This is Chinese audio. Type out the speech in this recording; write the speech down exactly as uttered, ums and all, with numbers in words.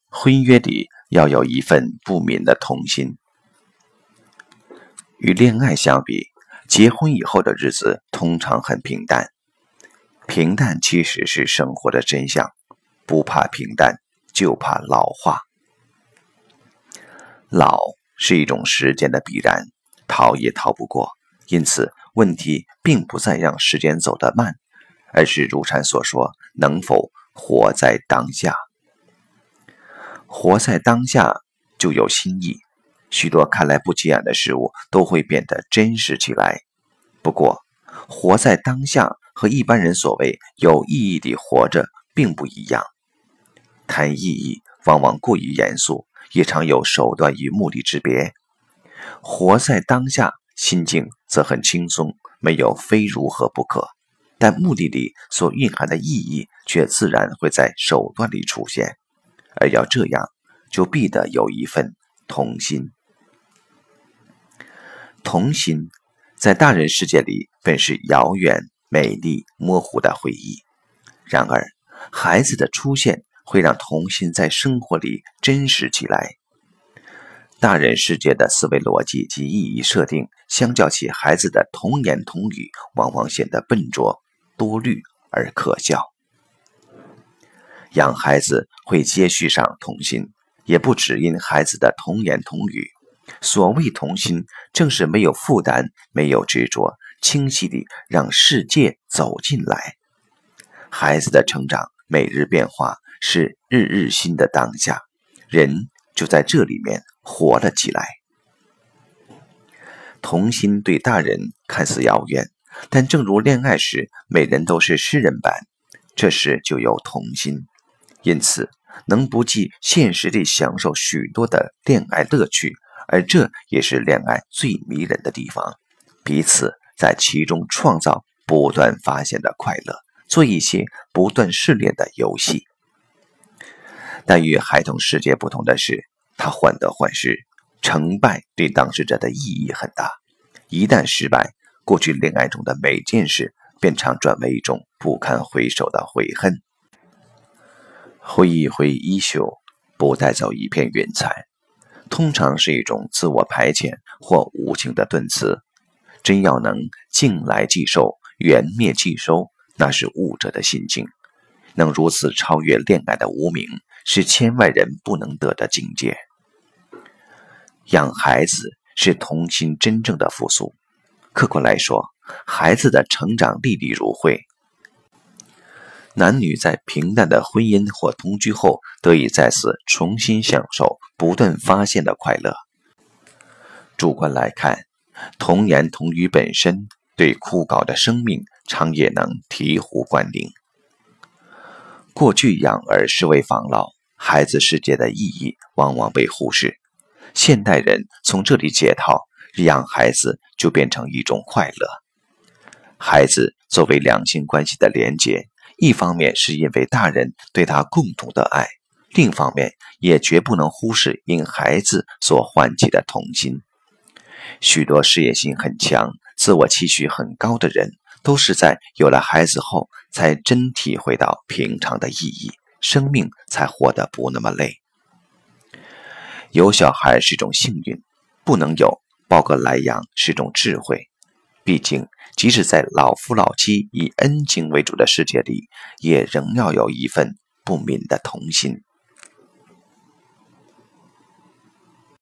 婚约里要有一份不泯的童心。与恋爱相比，结婚以后的日子通常很平淡。平淡其实是生活的真相，不怕平淡，就怕老化。老是一种时间的必然，逃也逃不过，因此问题并不在让时间走得慢，而是如禅所说，能否活在当下。活在当下就有新意，许多看来不起眼的事物都会变得真实起来。不过，活在当下和一般人所谓有意义地活着并不一样。谈意义往往过于严肃，也常有手段与目的之别。活在当下，心境则很轻松，没有非如何不可，但目的里所蕴含的意义却自然会在手段里出现，而要这样，就必得有一份童心。童心在大人世界里本是遥远、美丽、模糊的回忆，然而孩子的出现会让童心在生活里真实起来。大人世界的思维逻辑及意义设定，相较起孩子的童言童语，往往显得笨拙、多虑而可笑。养孩子会接续上童心，也不只因孩子的童言童语。所谓童心，正是没有负担，没有执着，清晰地让世界走进来。孩子的成长，每日变化，是日日新的当下，人就在这里面活了起来。童心对大人看似遥远，但正如恋爱时每人都是诗人般，这时就有童心。因此能不计现实地享受许多的恋爱乐趣，而这也是恋爱最迷人的地方，彼此在其中创造不断发现的快乐，做一些不断试炼的游戏。但与孩童世界不同的是，他患得患失，成败对当事者的意义很大。一旦失败，过去恋爱中的每件事便常转为一种不堪回首的悔恨。挥一挥衣袖，不带走一片云彩，通常是一种自我排遣或无情的顿词。真要能静来即收，缘灭即收，那是悟者的心境。能如此超越恋爱的无名，是千万人不能得的境界。养孩子是童心真正的复苏。客观来说，孩子的成长历历如绘。男女在平淡的婚姻或同居后，得以再次重新享受不断发现的快乐。主观来看，童言童语本身对枯槁的生命常也能醍醐灌顶。过去养儿是为防老，孩子世界的意义往往被忽视。现代人从这里解套，养孩子就变成一种快乐。孩子作为两性关系的连结，一方面是因为大人对他共同的爱，另一方面也绝不能忽视因孩子所唤起的童心。许多事业心很强、自我期许很高的人，都是在有了孩子后才真体会到平常的意义，生命才活得不那么累。有小孩是种幸运，不能有，抱个来养是种智慧。毕竟即使在老夫老妻以恩情为主的世界里，也仍要有一份不泯的童心。